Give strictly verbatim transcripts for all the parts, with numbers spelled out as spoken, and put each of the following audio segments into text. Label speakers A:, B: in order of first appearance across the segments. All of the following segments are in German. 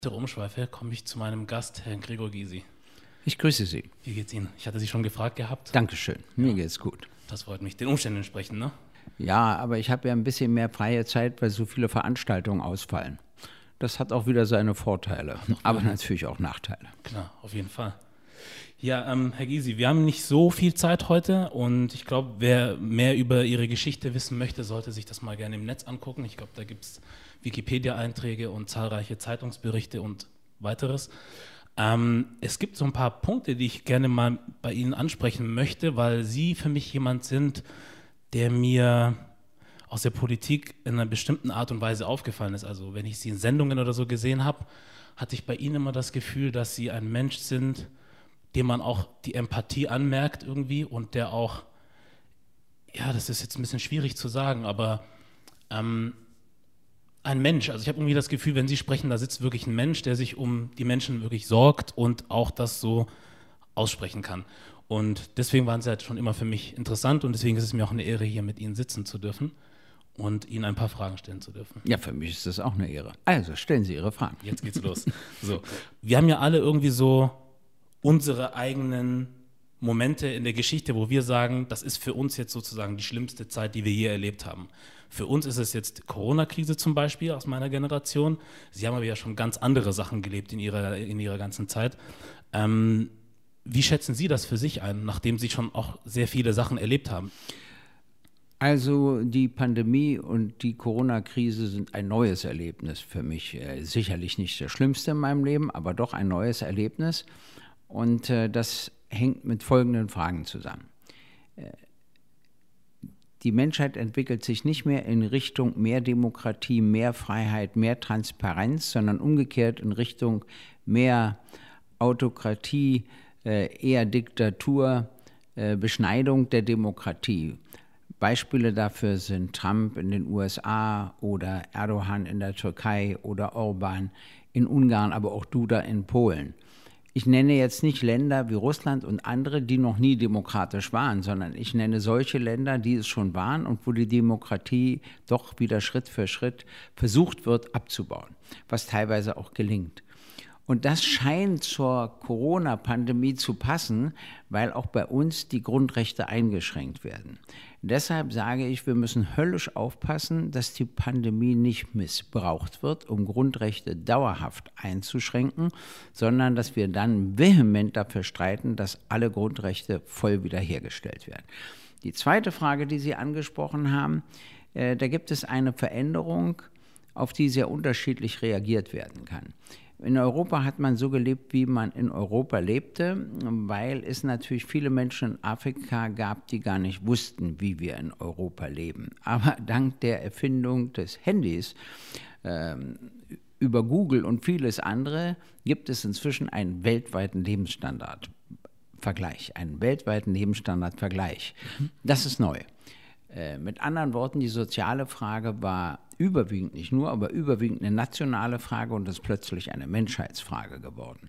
A: Der Umschweife komme ich zu meinem Gast, Herrn Gregor Gysi.
B: Ich grüße Sie.
A: Wie geht's Ihnen? Ich hatte Sie schon gefragt gehabt.
B: Dankeschön, mir
A: Ja.
B: geht's gut.
A: Das freut mich. Den Umständen entsprechend, ne?
B: Ja, aber ich habe ja ein bisschen mehr freie Zeit, weil so viele Veranstaltungen ausfallen. Das hat auch wieder seine Vorteile, aber natürlich auch Nachteile.
A: Klar, auf jeden Fall. Ja, ähm, Herr Gysi, wir haben nicht so viel Zeit heute und ich glaube, wer mehr über Ihre Geschichte wissen möchte, sollte sich das mal gerne im Netz angucken. Ich glaube, da gibt es Wikipedia-Einträge und zahlreiche Zeitungsberichte und weiteres. Ähm, es gibt so ein paar Punkte, die ich gerne mal bei Ihnen ansprechen möchte, weil Sie für mich jemand sind, der mir aus der Politik in einer bestimmten Art und Weise aufgefallen ist. Also wenn ich Sie in Sendungen oder so gesehen habe, hatte ich bei Ihnen immer das Gefühl, dass Sie ein Mensch sind, dem man auch die Empathie anmerkt irgendwie und der auch, ja, das ist jetzt ein bisschen schwierig zu sagen, aber ähm, ein Mensch, also ich habe irgendwie das Gefühl, wenn Sie sprechen, da sitzt wirklich ein Mensch, der sich um die Menschen wirklich sorgt und auch das so aussprechen kann. Und deswegen waren Sie halt schon immer für mich interessant und deswegen ist es mir auch eine Ehre, hier mit Ihnen sitzen zu dürfen und Ihnen ein paar Fragen stellen zu dürfen.
B: Ja, für mich ist das auch eine Ehre. Also stellen Sie Ihre Fragen.
A: Jetzt geht's los. So, wir haben ja alle irgendwie so unsere eigenen Momente in der Geschichte, wo wir sagen, das ist für uns jetzt sozusagen die schlimmste Zeit, die wir je erlebt haben. Für uns ist es jetzt Corona-Krise zum Beispiel aus meiner Generation. Sie haben aber ja schon ganz andere Sachen gelebt in ihrer, in ihrer ganzen Zeit. Ähm, wie schätzen Sie das für sich ein, nachdem Sie schon auch sehr viele Sachen erlebt haben?
B: Also die Pandemie und die Corona-Krise sind ein neues Erlebnis für mich. Äh, sicherlich nicht das Schlimmste in meinem Leben, aber doch ein neues Erlebnis. Und äh, das hängt mit folgenden Fragen zusammen. Äh, die Menschheit entwickelt sich nicht mehr in Richtung mehr Demokratie, mehr Freiheit, mehr Transparenz, sondern umgekehrt in Richtung mehr Autokratie, äh, eher Diktatur, äh, Beschneidung der Demokratie. Beispiele dafür sind Trump in den U S A oder Erdogan in der Türkei oder Orban in Ungarn, aber auch Duda in Polen. Ich nenne jetzt nicht Länder wie Russland und andere, die noch nie demokratisch waren, sondern ich nenne solche Länder, die es schon waren und wo die Demokratie doch wieder Schritt für Schritt versucht wird abzubauen, was teilweise auch gelingt. Und das scheint zur Corona-Pandemie zu passen, weil auch bei uns die Grundrechte eingeschränkt werden. Deshalb sage ich, wir müssen höllisch aufpassen, dass die Pandemie nicht missbraucht wird, um Grundrechte dauerhaft einzuschränken, sondern dass wir dann vehement dafür streiten, dass alle Grundrechte voll wiederhergestellt werden. Die zweite Frage, die Sie angesprochen haben, äh, da gibt es eine Veränderung, auf die sehr unterschiedlich reagiert werden kann. In Europa hat man so gelebt, wie man in Europa lebte, weil es natürlich viele Menschen in Afrika gab, die gar nicht wussten, wie wir in Europa leben. Aber dank der Erfindung des Handys, äh, über Google und vieles andere, gibt es inzwischen einen weltweiten Lebensstandardvergleich, einen weltweiten Lebensstandardvergleich. Das ist neu. Äh, mit anderen Worten, die soziale Frage war überwiegend, nicht nur, aber überwiegend eine nationale Frage und ist plötzlich eine Menschheitsfrage geworden.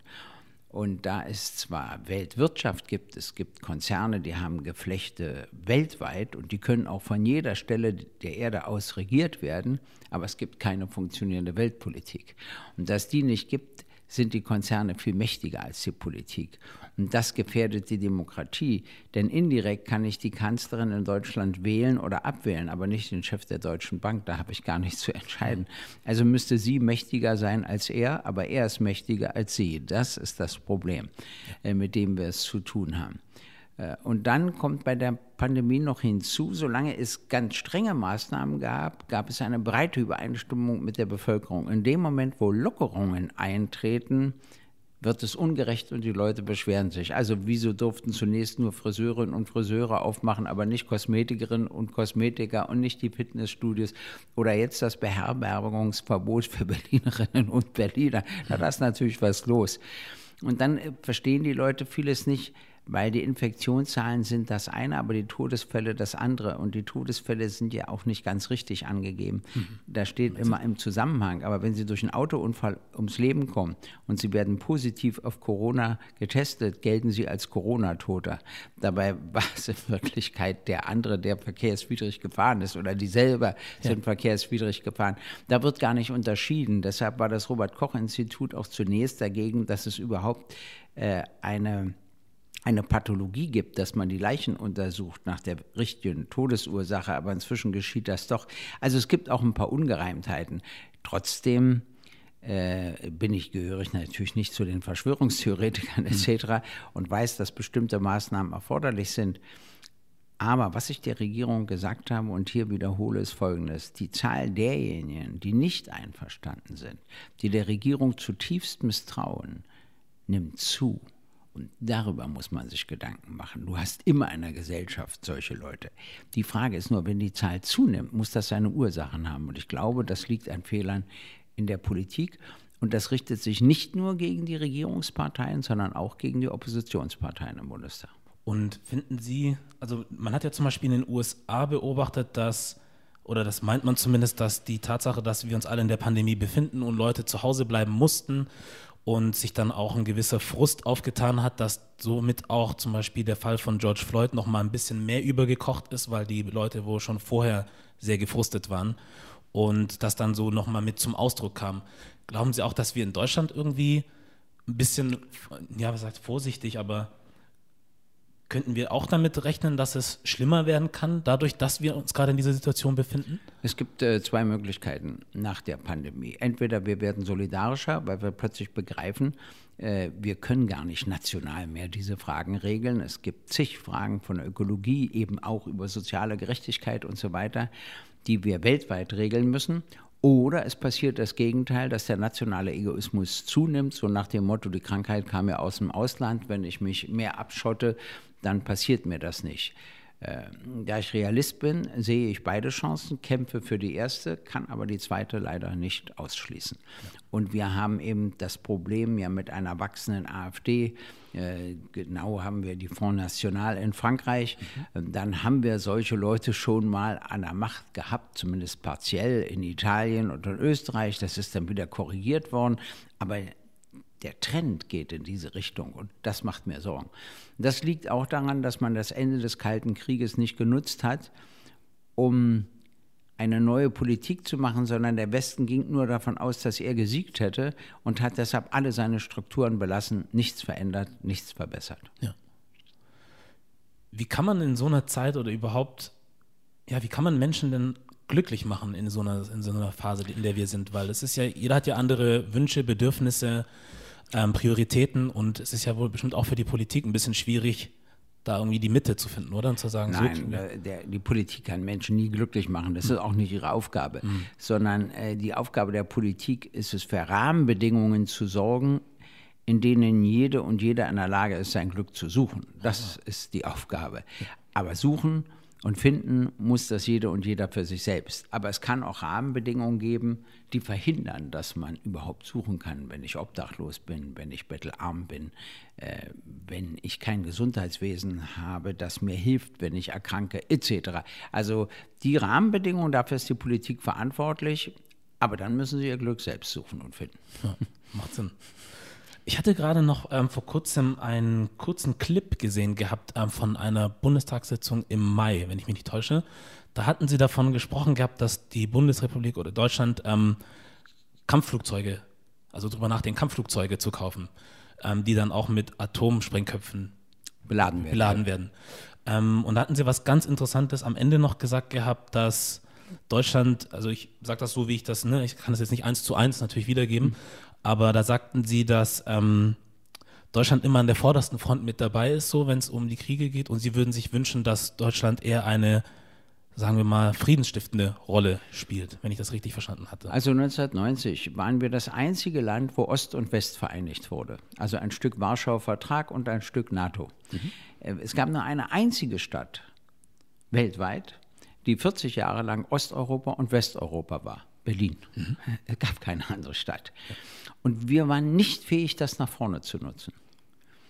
B: Und da es zwar Weltwirtschaft gibt, es gibt Konzerne, die haben Geflechte weltweit und die können auch von jeder Stelle der Erde aus regiert werden, aber es gibt keine funktionierende Weltpolitik. Und dass die nicht gibt, sind die Konzerne viel mächtiger als die Politik. Und das gefährdet die Demokratie, denn indirekt kann ich die Kanzlerin in Deutschland wählen oder abwählen, aber nicht den Chef der Deutschen Bank, da habe ich gar nichts zu entscheiden. Also müsste sie mächtiger sein als er, aber er ist mächtiger als sie. Das ist das Problem, mit dem wir es zu tun haben. Und dann kommt bei der Pandemie noch hinzu, solange es ganz strenge Maßnahmen gab, gab es eine breite Übereinstimmung mit der Bevölkerung. In dem Moment, wo Lockerungen eintreten, wird es ungerecht und die Leute beschweren sich. Also wieso durften zunächst nur Friseurinnen und Friseure aufmachen, aber nicht Kosmetikerinnen und Kosmetiker und nicht die Fitnessstudios oder jetzt das Beherbergungsverbot für Berlinerinnen und Berliner. Da ist natürlich was los. Und dann verstehen die Leute vieles nicht, weil die Infektionszahlen sind das eine, aber die Todesfälle das andere. Und die Todesfälle sind ja auch nicht ganz richtig angegeben. Mhm. Da steht immer im Zusammenhang. Aber wenn Sie durch einen Autounfall ums Leben kommen und Sie werden positiv auf Corona getestet, gelten Sie als Corona-Toter. Dabei war es in Wirklichkeit der andere, der verkehrswidrig gefahren ist, oder die selber ja. sind verkehrswidrig gefahren. Da wird gar nicht unterschieden. Deshalb war das Robert-Koch-Institut auch zunächst dagegen, dass es überhaupt äh, eine eine Pathologie gibt, dass man die Leichen untersucht nach der richtigen Todesursache, aber inzwischen geschieht das doch. Also es gibt auch ein paar Ungereimtheiten. Trotzdem äh, bin ich gehörig natürlich nicht zu den Verschwörungstheoretikern et cetera und weiß, dass bestimmte Maßnahmen erforderlich sind. Aber was ich der Regierung gesagt habe und hier wiederhole, ist Folgendes. Die Zahl derjenigen, die nicht einverstanden sind, die der Regierung zutiefst misstrauen, nimmt zu. Und darüber muss man sich Gedanken machen. Du hast immer in der Gesellschaft solche Leute. Die Frage ist nur, wenn die Zahl zunimmt, muss das seine Ursachen haben. Und ich glaube, das liegt an Fehlern in der Politik. Und das richtet sich nicht nur gegen die Regierungsparteien, sondern auch gegen die Oppositionsparteien im Bundestag.
A: Und finden Sie, also man hat ja zum Beispiel in den U S A beobachtet, dass, oder das meint man zumindest, dass die Tatsache, dass wir uns alle in der Pandemie befinden und Leute zu Hause bleiben mussten, und sich dann auch ein gewisser Frust aufgetan hat, dass somit auch zum Beispiel der Fall von George Floyd noch mal ein bisschen mehr übergekocht ist, weil die Leute wohl schon vorher sehr gefrustet waren und das dann so noch mal mit zum Ausdruck kam. Glauben Sie auch, dass wir in Deutschland irgendwie ein bisschen, ja, was sagt vorsichtig, aber könnten wir auch damit rechnen, dass es schlimmer werden kann, dadurch, dass wir uns gerade in dieser Situation befinden?
B: Es gibt äh, zwei Möglichkeiten nach der Pandemie. Entweder wir werden solidarischer, weil wir plötzlich begreifen, äh, wir können gar nicht national mehr diese Fragen regeln. Es gibt zig Fragen von der Ökologie, eben auch über soziale Gerechtigkeit und so weiter, die wir weltweit regeln müssen. Oder es passiert das Gegenteil, dass der nationale Egoismus zunimmt, so nach dem Motto, die Krankheit kam ja aus dem Ausland, wenn ich mich mehr abschotte, dann passiert mir das nicht. Äh, da ich Realist bin, sehe ich beide Chancen, kämpfe für die erste, kann aber die zweite leider nicht ausschließen. Und wir haben eben das Problem ja mit einer wachsenden AfD. Äh, genau haben wir die Front National in Frankreich. Mhm. Dann haben wir solche Leute schon mal an der Macht gehabt, zumindest partiell in Italien und in Österreich. Das ist dann wieder korrigiert worden. Aber der Trend geht in diese Richtung und das macht mir Sorgen. Das liegt auch daran, dass man das Ende des Kalten Krieges nicht genutzt hat, um eine neue Politik zu machen, sondern der Westen ging nur davon aus, dass er gesiegt hätte und hat deshalb alle seine Strukturen belassen, nichts verändert, nichts verbessert.
A: Ja. Wie kann man in so einer Zeit oder überhaupt, ja, wie kann man Menschen denn glücklich machen in so einer, in so einer Phase, in der wir sind? Weil es ist ja, jeder hat ja andere Wünsche, Bedürfnisse, Ähm, Prioritäten und es ist ja wohl bestimmt auch für die Politik ein bisschen schwierig, da irgendwie die Mitte zu finden, oder? Und zu sagen,
B: Nein,
A: so,
B: der, der, die Politik kann Menschen nie glücklich machen. Das mhm. ist auch nicht ihre Aufgabe, mhm. sondern äh, die Aufgabe der Politik ist es, für Rahmenbedingungen zu sorgen, in denen jede und jeder in der Lage ist, sein Glück zu suchen. Das Aha. ist die Aufgabe. Aber suchen und finden muss das jeder und jeder für sich selbst. Aber es kann auch Rahmenbedingungen geben, die verhindern, dass man überhaupt suchen kann, wenn ich obdachlos bin, wenn ich bettelarm bin, äh, wenn ich kein Gesundheitswesen habe, das mir hilft, wenn ich erkranke, et cetera. Also die Rahmenbedingungen, dafür ist die Politik verantwortlich, aber dann müssen sie ihr Glück selbst suchen und finden.
A: Ja, macht Sinn. Ich hatte gerade noch ähm, vor kurzem einen kurzen Clip gesehen gehabt ähm, von einer Bundestagssitzung im Mai, wenn ich mich nicht täusche. Da hatten Sie davon gesprochen gehabt, dass die Bundesrepublik oder Deutschland ähm, Kampfflugzeuge, also darüber nachdenken, Kampfflugzeuge zu kaufen, ähm, die dann auch mit Atomsprengköpfen
B: beladen werden.
A: Beladen werden. Ähm, und da hatten Sie was ganz Interessantes am Ende noch gesagt gehabt, dass Deutschland, also ich sage das so, wie ich das, ne, ich kann das jetzt nicht eins zu eins natürlich wiedergeben, mhm. aber da sagten Sie, dass ähm, Deutschland immer an der vordersten Front mit dabei ist, so wenn es um die Kriege geht, und Sie würden sich wünschen, dass Deutschland eher eine, sagen wir mal, friedensstiftende Rolle spielt, wenn ich das richtig verstanden hatte.
B: Also neunzehnhundertneunzig waren wir das einzige Land, wo Ost und West vereinigt wurde. Also ein Stück Warschauer Vertrag und ein Stück NATO. Mhm. Es gab nur eine einzige Stadt weltweit, die vierzig Jahre lang Osteuropa und Westeuropa war. Berlin. Mhm. Es gab keine andere Stadt. Und wir waren nicht fähig, das nach vorne zu nutzen.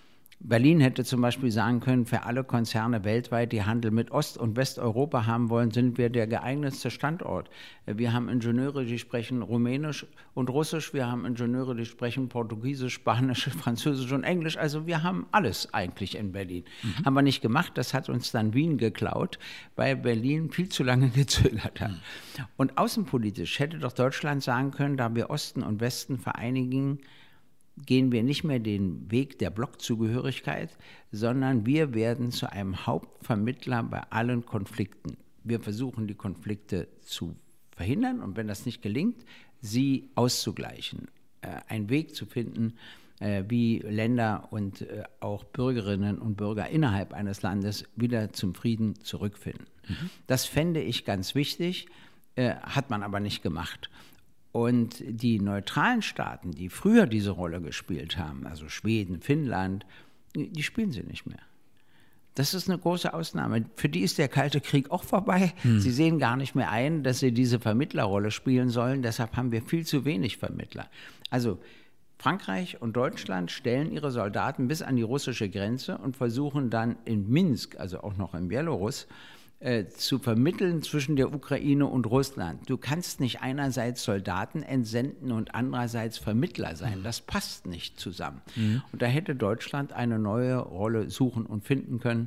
B: Berlin hätte zum Beispiel sagen können, für alle Konzerne weltweit, die Handel mit Ost- und Westeuropa haben wollen, sind wir der geeignetste Standort. Wir haben Ingenieure, die sprechen Rumänisch und Russisch, wir haben Ingenieure, die sprechen Portugiesisch, Spanisch, Französisch und Englisch. Also wir haben alles eigentlich in Berlin. Mhm. Haben wir nicht gemacht, das hat uns dann Wien geklaut, weil Berlin viel zu lange gezögert hat. Mhm. Und außenpolitisch hätte doch Deutschland sagen können, da wir Osten und Westen vereinigen, gehen wir nicht mehr den Weg der Blockzugehörigkeit, sondern wir werden zu einem Hauptvermittler bei allen Konflikten. Wir versuchen, die Konflikte zu verhindern und wenn das nicht gelingt, sie auszugleichen. Äh, einen Weg zu finden, äh, wie Länder und äh, auch Bürgerinnen und Bürger innerhalb eines Landes wieder zum Frieden zurückfinden. Mhm. Das fände ich ganz wichtig, äh, hat man aber nicht gemacht. Und die neutralen Staaten, die früher diese Rolle gespielt haben, also Schweden, Finnland, die spielen sie nicht mehr. Das ist eine große Ausnahme. Für die ist der Kalte Krieg auch vorbei. Hm. Sie sehen gar nicht mehr ein, dass sie diese Vermittlerrolle spielen sollen. Deshalb haben wir viel zu wenig Vermittler. Also Frankreich und Deutschland stellen ihre Soldaten bis an die russische Grenze und versuchen dann in Minsk, also auch noch in Belarus, Äh, zu vermitteln zwischen der Ukraine und Russland. Du kannst nicht einerseits Soldaten entsenden und andererseits Vermittler sein. Das passt nicht zusammen. Mhm. Und da hätte Deutschland eine neue Rolle suchen und finden können,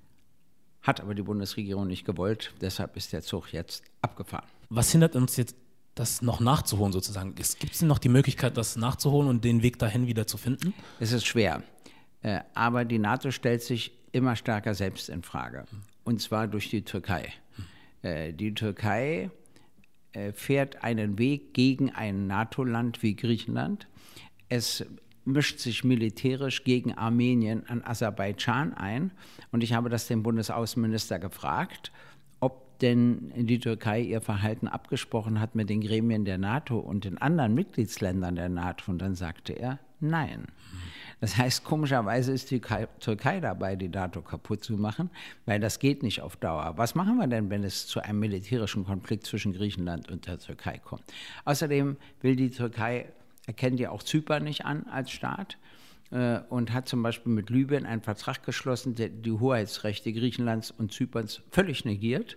B: hat aber die Bundesregierung nicht gewollt. Deshalb ist der Zug jetzt abgefahren.
A: Was hindert uns jetzt, das noch nachzuholen sozusagen? Gibt es denn noch die Möglichkeit, das nachzuholen und den Weg dahin wieder zu finden?
B: Es ist schwer. Äh, aber die NATO stellt sich immer stärker selbst in Frage. Und zwar durch die Türkei. Äh, die Türkei äh, fährt einen Weg gegen ein NATO-Land wie Griechenland. Es mischt sich militärisch gegen Armenien an Aserbaidschan ein. Und ich habe das dem Bundesaußenminister gefragt, ob denn die Türkei ihr Verhalten abgesprochen hat mit den Gremien der NATO und den anderen Mitgliedsländern der NATO. Und dann sagte er, nein. Das heißt, komischerweise ist die Türkei dabei, die NATO kaputt zu machen, weil das geht nicht auf Dauer. Was machen wir denn, wenn es zu einem militärischen Konflikt zwischen Griechenland und der Türkei kommt? Außerdem will die Türkei, erkennt ja auch Zypern nicht an als Staat äh, und hat zum Beispiel mit Libyen einen Vertrag geschlossen, der die Hoheitsrechte Griechenlands und Zyperns völlig negiert.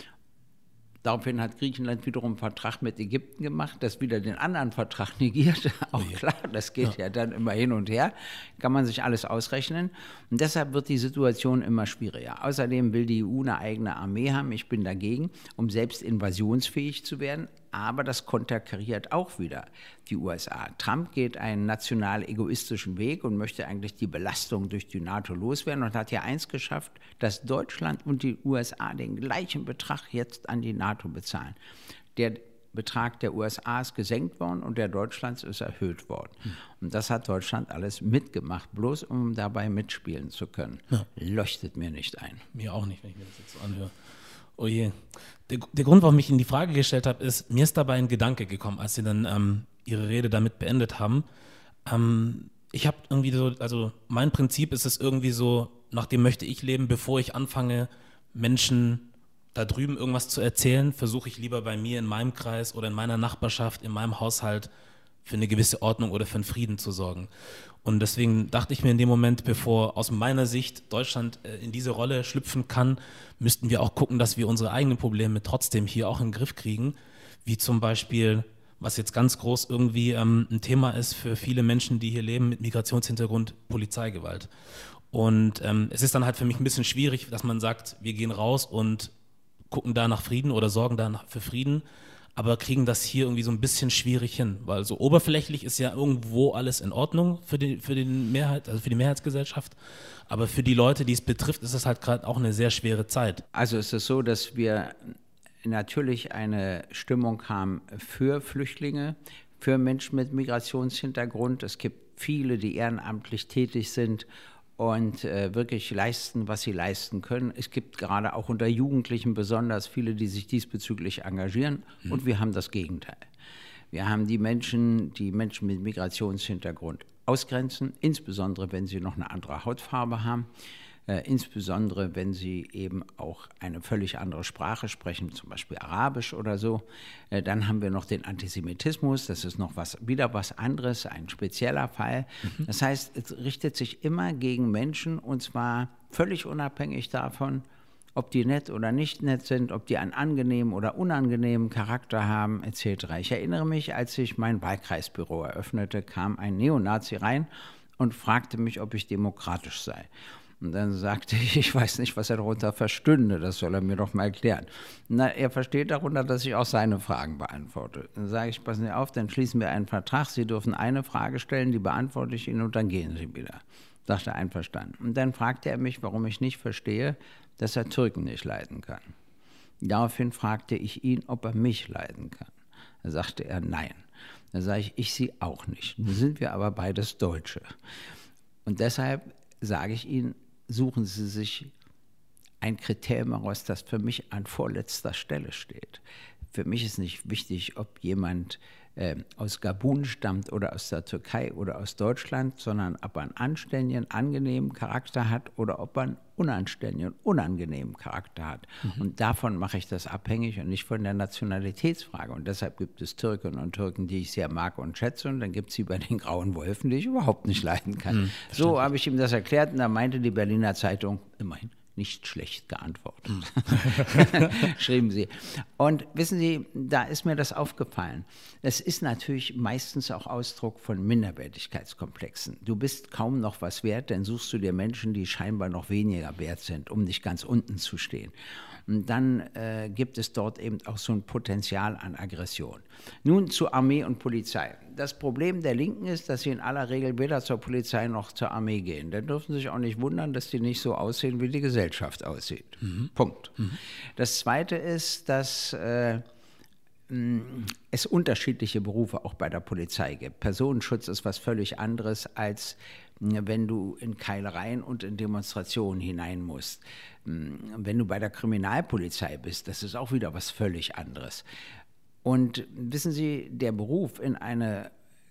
B: Daraufhin hat Griechenland wiederum einen Vertrag mit Ägypten gemacht, das wieder den anderen Vertrag negiert. Auch klar, das geht ja. ja dann immer hin und her, kann man sich alles ausrechnen. Und deshalb wird die Situation immer schwieriger. Außerdem will die E U eine eigene Armee haben, ich bin dagegen, um selbst invasionsfähig zu werden. Aber das konterkariert auch wieder die U S A. Trump geht einen national egoistischen Weg und möchte eigentlich die Belastung durch die NATO loswerden und hat ja eins geschafft, dass Deutschland und die U S A den gleichen Betrag jetzt an die NATO bezahlen. Der Betrag der U S A ist gesenkt worden und der Deutschlands ist erhöht worden. Hm. Und das hat Deutschland alles mitgemacht, bloß um dabei mitspielen zu können. Ja. Leuchtet mir nicht ein.
A: Mir auch nicht, wenn ich mir das jetzt so anhöre. Oh je. Der, der Grund, warum ich Ihnen die Frage gestellt habe, ist, mir ist dabei ein Gedanke gekommen, als Sie dann ähm, Ihre Rede damit beendet haben. Ähm, ich habe irgendwie so, also mein Prinzip ist es irgendwie so, nach dem möchte ich leben, bevor ich anfange, Menschen da drüben irgendwas zu erzählen, versuche ich lieber bei mir in meinem Kreis oder in meiner Nachbarschaft, in meinem Haushalt für eine gewisse Ordnung oder für einen Frieden zu sorgen. Und deswegen dachte ich mir in dem Moment, bevor aus meiner Sicht Deutschland in diese Rolle schlüpfen kann, müssten wir auch gucken, dass wir unsere eigenen Probleme trotzdem hier auch in den Griff kriegen, wie zum Beispiel, was jetzt ganz groß irgendwie ähm, ein Thema ist für viele Menschen, die hier leben mit Migrationshintergrund, Polizeigewalt. Und ähm, es ist dann halt für mich ein bisschen schwierig, dass man sagt, wir gehen raus und gucken da nach Frieden oder sorgen da für Frieden, aber kriegen das hier irgendwie so ein bisschen schwierig hin, weil so oberflächlich ist ja irgendwo alles in Ordnung für die, für die Mehrheit, also für die Mehrheitsgesellschaft, aber für die Leute, die es betrifft, ist es halt gerade auch eine sehr schwere Zeit.
B: Also es ist so, dass wir natürlich eine Stimmung haben für Flüchtlinge, für Menschen mit Migrationshintergrund. Es gibt viele, die ehrenamtlich tätig sind und äh, wirklich leisten, was sie leisten können. Es gibt gerade auch unter Jugendlichen besonders viele, die sich diesbezüglich engagieren. Mhm. Und wir haben das Gegenteil. Wir haben die Menschen, die Menschen mit Migrationshintergrund ausgrenzen, insbesondere wenn sie noch eine andere Hautfarbe haben. äh, insbesondere wenn sie eben auch eine völlig andere Sprache sprechen, zum Beispiel Arabisch oder so. Äh, dann haben wir noch den Antisemitismus, das ist noch was, wieder was anderes, ein spezieller Fall. Mhm. Das heißt, es richtet sich immer gegen Menschen, und zwar völlig unabhängig davon, ob die nett oder nicht nett sind, ob die einen angenehmen oder unangenehmen Charakter haben, et cetera. Ich erinnere mich, als ich mein Wahlkreisbüro eröffnete, kam ein Neonazi rein und fragte mich, ob ich demokratisch sei. Und dann sagte ich, ich weiß nicht, was er darunter verstünde, das soll er mir doch mal erklären. Na, er versteht darunter, dass ich auch seine Fragen beantworte. Dann sage ich, passen Sie auf, dann schließen wir einen Vertrag, Sie dürfen eine Frage stellen, die beantworte ich Ihnen und dann gehen Sie wieder. Sagte er, einverstanden. Und dann fragte er mich, warum ich nicht verstehe, dass er Türken nicht leiden kann. Daraufhin fragte ich ihn, ob er mich leiden kann. Da sagte er, nein. Dann sage ich, ich Sie auch nicht. Nun sind wir aber beides Deutsche. Und deshalb sage ich Ihnen, suchen Sie sich ein Kriterium heraus, das für mich an vorletzter Stelle steht. Für mich ist nicht wichtig, ob jemand äh, aus Gabun stammt oder aus der Türkei oder aus Deutschland, sondern ob er einen anständigen, angenehmen Charakter hat oder ob er einen unanständigen, unangenehmen Charakter hat. Mhm. Und davon mache ich das abhängig und nicht von der Nationalitätsfrage. Und deshalb gibt es Türken und Türken, die ich sehr mag und schätze, und dann gibt es sie bei den grauen Wölfen, die ich überhaupt nicht leiden kann. Mhm, so habe ich ihm das erklärt, und da meinte die Berliner Zeitung, immerhin, nicht schlecht geantwortet, schrieben sie. Und wissen Sie, da ist mir das aufgefallen. Das ist natürlich meistens auch Ausdruck von Minderwertigkeitskomplexen. Du bist kaum noch was wert, dann suchst du dir Menschen, die scheinbar noch weniger wert sind, um nicht ganz unten zu stehen. Und dann äh, gibt es dort eben auch so ein Potenzial an Aggression. Nun zu Armee und Polizei. Das Problem der Linken ist, dass sie in aller Regel weder zur Polizei noch zur Armee gehen. Dann dürfen sie sich auch nicht wundern, dass die nicht so aussehen, wie die Gesellschaft aussieht. Mhm. Punkt. Mhm. Das Zweite ist, dass äh, es unterschiedliche Berufe auch bei der Polizei gibt. Personenschutz ist was völlig anderes, als wenn du in Keilereien und in Demonstrationen hinein musst. Wenn du bei der Kriminalpolizei bist, das ist auch wieder was völlig anderes. Und wissen Sie, der Beruf, in eine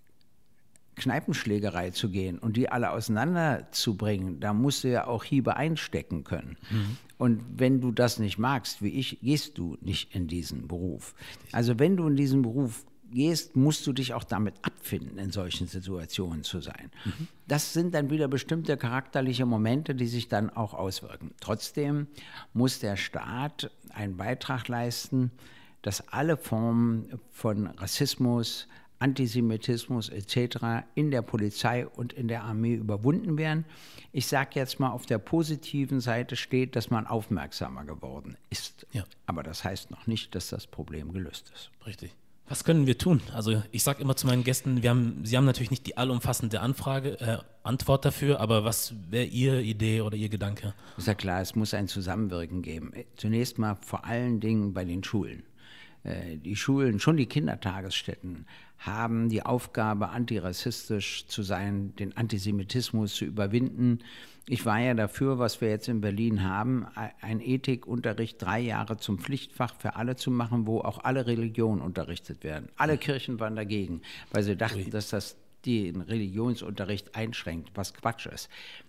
B: Kneipenschlägerei zu gehen und die alle auseinanderzubringen, da musst du ja auch Hiebe einstecken können. Mhm. Und wenn du das nicht magst, wie ich, gehst du nicht in diesen Beruf. Also wenn du in diesen Beruf gehst, musst du dich auch damit abfinden, in solchen Situationen zu sein. Mhm. Das sind dann wieder bestimmte charakterliche Momente, die sich dann auch auswirken. Trotzdem muss der Staat einen Beitrag leisten, dass alle Formen von Rassismus, Antisemitismus et cetera in der Polizei und in der Armee überwunden werden. Ich sage jetzt mal, auf der positiven Seite steht, dass man aufmerksamer geworden ist. Ja. Aber das heißt noch nicht, dass das Problem gelöst ist.
A: Richtig. Was können wir tun? Also ich sage immer zu meinen Gästen, wir haben, sie haben natürlich nicht die allumfassende Anfrage, äh, Antwort dafür, aber was wäre Ihre Idee oder Ihr Gedanke?
B: Ist ja klar, es muss ein Zusammenwirken geben. Zunächst mal vor allen Dingen bei den Schulen. Die Schulen, schon die Kindertagesstätten, haben die Aufgabe, antirassistisch zu sein, den Antisemitismus zu überwinden. Ich war ja dafür, was wir jetzt in Berlin haben, ein Ethikunterricht drei Jahre zum Pflichtfach für alle zu machen, wo auch alle Religionen unterrichtet werden. Alle Kirchen waren dagegen, weil sie dachten, Ui. dass das den Religionsunterricht einschränkt, was Quatsch ist.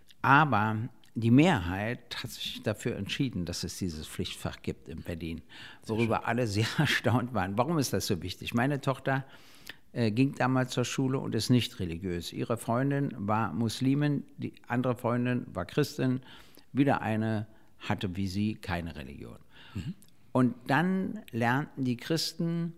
B: Aber die Mehrheit hat sich dafür entschieden, dass es dieses Pflichtfach gibt in Berlin, worüber alle sehr erstaunt waren. Warum ist das so wichtig? Meine Tochter äh, ging damals zur Schule und ist nicht religiös. Ihre Freundin war Muslimin, die andere Freundin war Christin, wieder eine hatte wie sie keine Religion. Mhm. Und dann lernten die Christen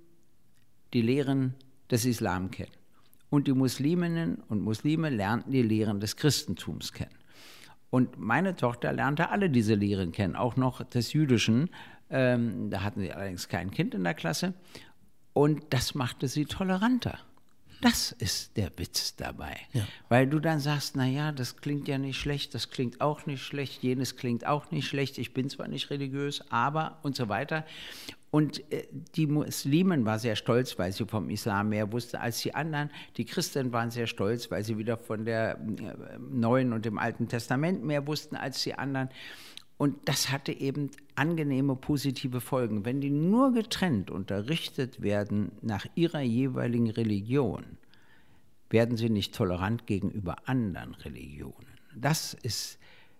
B: die Lehren des Islam kennen. Und die Musliminnen und Muslime lernten die Lehren des Christentums kennen. Und meine Tochter lernte alle diese Lehren kennen, auch noch des Jüdischen. Ähm, da hatten sie allerdings kein Kind in der Klasse. Und das machte sie toleranter. Das ist der Witz dabei. Ja. Weil du dann sagst, naja, das klingt ja nicht schlecht, das klingt auch nicht schlecht, jenes klingt auch nicht schlecht, ich bin zwar nicht religiös, aber und so weiter. Und äh, die Muslimen war sehr stolz, weil sie vom Islam mehr wusste als die anderen. Die Christen waren sehr stolz, weil sie wieder von der äh, Neuen und dem Alten Testament mehr wussten als die anderen. Und das hatte eben angenehme, positive Folgen. Wenn die nur getrennt unterrichtet werden nach ihrer jeweiligen Religion, werden sie nicht tolerant gegenüber anderen Religionen. Das ist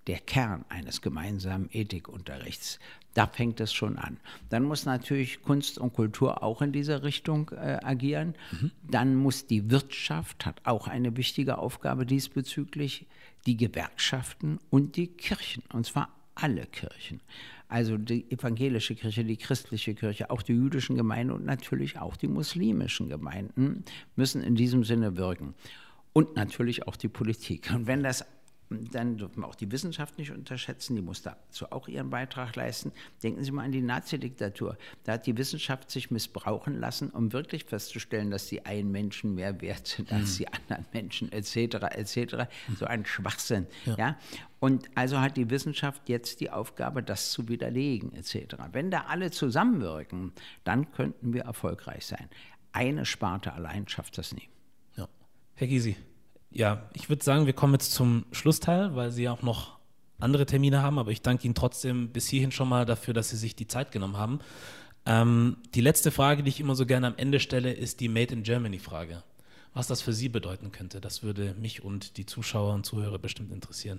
B: der Kern eines gemeinsamen Ethikunterrichts. Da fängt es schon an. Dann muss natürlich Kunst und Kultur auch in dieser Richtung äh, agieren. Mhm. Dann muss die Wirtschaft, hat auch eine wichtige Aufgabe diesbezüglich, die Gewerkschaften und die Kirchen, und zwar alle Kirchen. Also die evangelische Kirche, die christliche Kirche, auch die jüdischen Gemeinden und natürlich auch die muslimischen Gemeinden müssen in diesem Sinne wirken. Und natürlich auch die Politik. Und wenn das, dann dürfen wir auch die Wissenschaft nicht unterschätzen, die muss dazu auch ihren Beitrag leisten. Denken Sie mal an die Nazi-Diktatur. Da hat die Wissenschaft sich missbrauchen lassen, um wirklich festzustellen, dass die einen Menschen mehr wert sind als mhm. die anderen Menschen, et cetera, et cetera. So ein Schwachsinn. Ja. Ja? Und also hat die Wissenschaft jetzt die Aufgabe, das zu widerlegen, et cetera. Wenn da alle zusammenwirken, dann könnten wir erfolgreich sein. Eine Sparte allein schafft das nie.
A: Ja. Herr Gysi, ja, ich würde sagen, wir kommen jetzt zum Schlussteil, weil Sie ja auch noch andere Termine haben, aber ich danke Ihnen trotzdem bis hierhin schon mal dafür, dass Sie sich die Zeit genommen haben. Ähm, die letzte Frage, die ich immer so gerne am Ende stelle, ist die Made in Germany-Frage. Was das für Sie bedeuten könnte, das würde mich und die Zuschauer und Zuhörer bestimmt interessieren.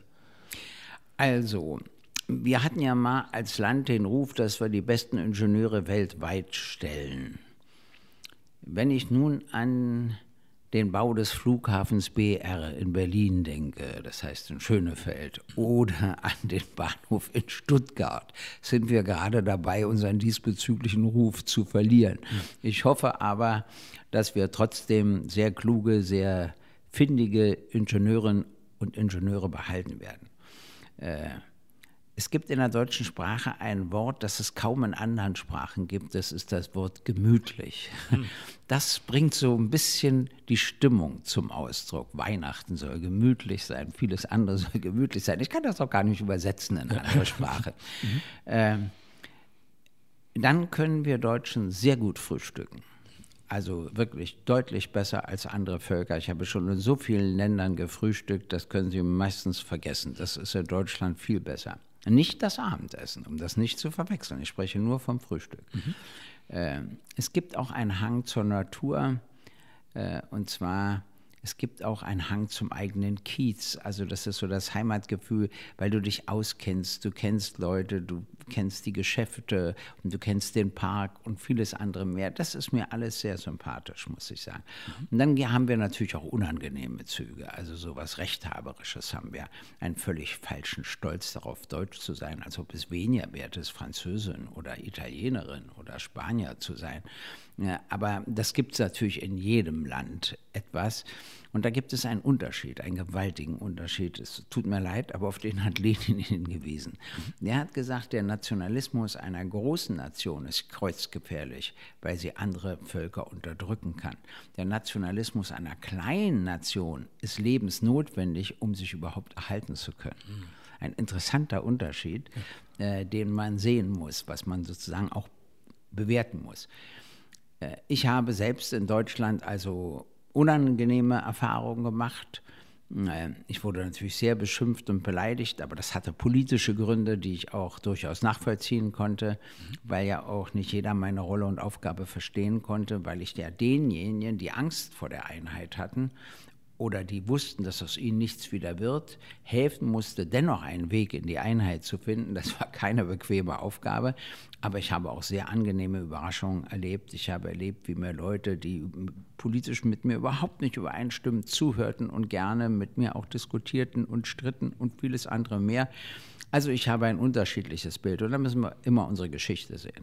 B: Also, wir hatten ja mal als Land den Ruf, dass wir die besten Ingenieure weltweit stellen. Wenn ich nun an den Bau des Flughafens B R in Berlin denke, das heißt in Schönefeld, oder an den Bahnhof in Stuttgart, sind wir gerade dabei, unseren diesbezüglichen Ruf zu verlieren. Ich hoffe aber, dass wir trotzdem sehr kluge, sehr findige Ingenieurinnen und Ingenieure behalten werden. Äh, Es gibt in der deutschen Sprache ein Wort, das es kaum in anderen Sprachen gibt, das ist das Wort gemütlich. Hm. Das bringt so ein bisschen die Stimmung zum Ausdruck. Weihnachten soll gemütlich sein, vieles andere soll gemütlich sein. Ich kann das auch gar nicht übersetzen in eine andere Sprache. Mhm. Ähm, dann können wir Deutschen sehr gut frühstücken. Also wirklich deutlich besser als andere Völker. Ich habe schon in so vielen Ländern gefrühstückt, das können Sie meistens vergessen. Das ist in Deutschland viel besser. Nicht das Abendessen, um das nicht zu verwechseln. Ich spreche nur vom Frühstück. Mhm. Äh, es gibt auch einen Hang zur Natur, äh, und zwar, es gibt auch einen Hang zum eigenen Kiez. Also das ist so das Heimatgefühl, weil du dich auskennst, du kennst Leute, du kennst die Geschäfte und du kennst den Park und vieles andere mehr. Das ist mir alles sehr sympathisch, muss ich sagen. Mhm. Und dann haben wir natürlich auch unangenehme Züge, also sowas Rechthaberisches haben wir, einen völlig falschen Stolz darauf, Deutsch zu sein, als ob es weniger wert ist, Französin oder Italienerin oder Spanier zu sein. Ja, aber das gibt es natürlich in jedem Land etwas. Und da gibt es einen Unterschied, einen gewaltigen Unterschied. Es tut mir leid, aber auf den hat Lenin hingewiesen. Der hat gesagt, der Nationalismus einer großen Nation ist kreuzgefährlich, weil sie andere Völker unterdrücken kann. Der Nationalismus einer kleinen Nation ist lebensnotwendig, um sich überhaupt erhalten zu können. Ein interessanter Unterschied, äh, den man sehen muss, was man sozusagen auch bewerten muss. Äh, ich habe selbst in Deutschland also unangenehme Erfahrungen gemacht. Ich wurde natürlich sehr beschimpft und beleidigt, aber das hatte politische Gründe, die ich auch durchaus nachvollziehen konnte, weil ja auch nicht jeder meine Rolle und Aufgabe verstehen konnte, weil ich ja denjenigen, die Angst vor der Einheit hatten oder die wussten, dass aus ihnen nichts wieder wird, helfen musste, dennoch einen Weg in die Einheit zu finden. Das war keine bequeme Aufgabe, aber ich habe auch sehr angenehme Überraschungen erlebt. Ich habe erlebt, wie mir Leute, die politisch mit mir überhaupt nicht übereinstimmen, zuhörten und gerne mit mir auch diskutierten und stritten und vieles andere mehr. Also ich habe ein unterschiedliches Bild und da müssen wir immer unsere Geschichte sehen.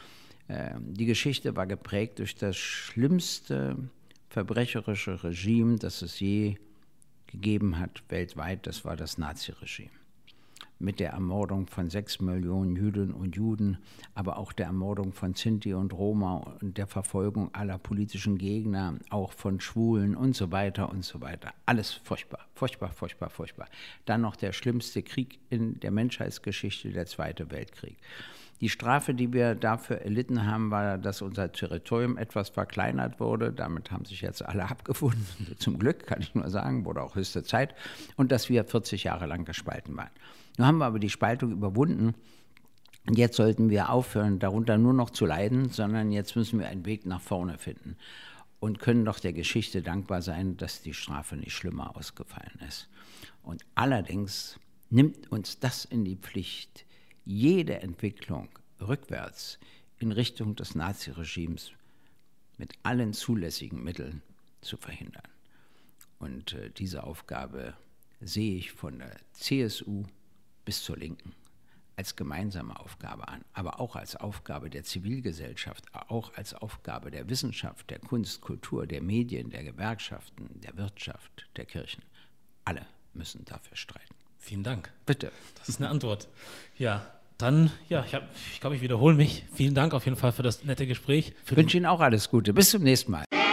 B: Die Geschichte war geprägt durch das schlimmste verbrecherische Regime, das es je gegeben hat weltweit, das war das Naziregime. Mit der Ermordung von sechs Millionen Jüdinnen und Juden, aber auch der Ermordung von Sinti und Roma und der Verfolgung aller politischen Gegner, auch von Schwulen und so weiter und so weiter. Alles furchtbar, furchtbar, furchtbar, furchtbar. Dann noch der schlimmste Krieg in der Menschheitsgeschichte, der Zweite Weltkrieg. Die Strafe, die wir dafür erlitten haben, war, dass unser Territorium etwas verkleinert wurde. Damit haben sich jetzt alle abgefunden. Zum Glück, kann ich nur sagen, wurde auch höchste Zeit. Und dass wir vierzig Jahre lang gespalten waren. Nun haben wir aber die Spaltung überwunden. Und jetzt sollten wir aufhören, darunter nur noch zu leiden, sondern jetzt müssen wir einen Weg nach vorne finden. Und können doch der Geschichte dankbar sein, dass die Strafe nicht schlimmer ausgefallen ist. Und allerdings nimmt uns das in die Pflicht, jede Entwicklung rückwärts in Richtung des Naziregimes mit allen zulässigen Mitteln zu verhindern. Und äh, diese Aufgabe sehe ich von der C S U bis zur Linken als gemeinsame Aufgabe an, aber auch als Aufgabe der Zivilgesellschaft, auch als Aufgabe der Wissenschaft, der Kunst, Kultur, der Medien, der Gewerkschaften, der Wirtschaft, der Kirchen. Alle müssen dafür streiten.
A: Vielen Dank.
B: Bitte.
A: Das ist eine Antwort. Ja, dann, ja, ich, hab, ich glaube, ich wiederhole mich. Vielen Dank auf jeden Fall für das nette Gespräch.
B: Ich wünsche Ihnen auch alles Gute. Bis zum nächsten Mal.